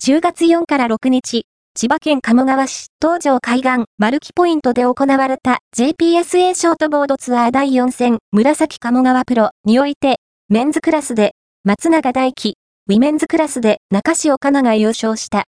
10月4から6日、千葉県鴨川市東条海岸マルキポイントで行われた JPSA ショートボードツアー第4戦紫鴨川プロにおいて、メンズクラスで松永大輝、ウィメンズクラスで中潮佳奈が優勝した。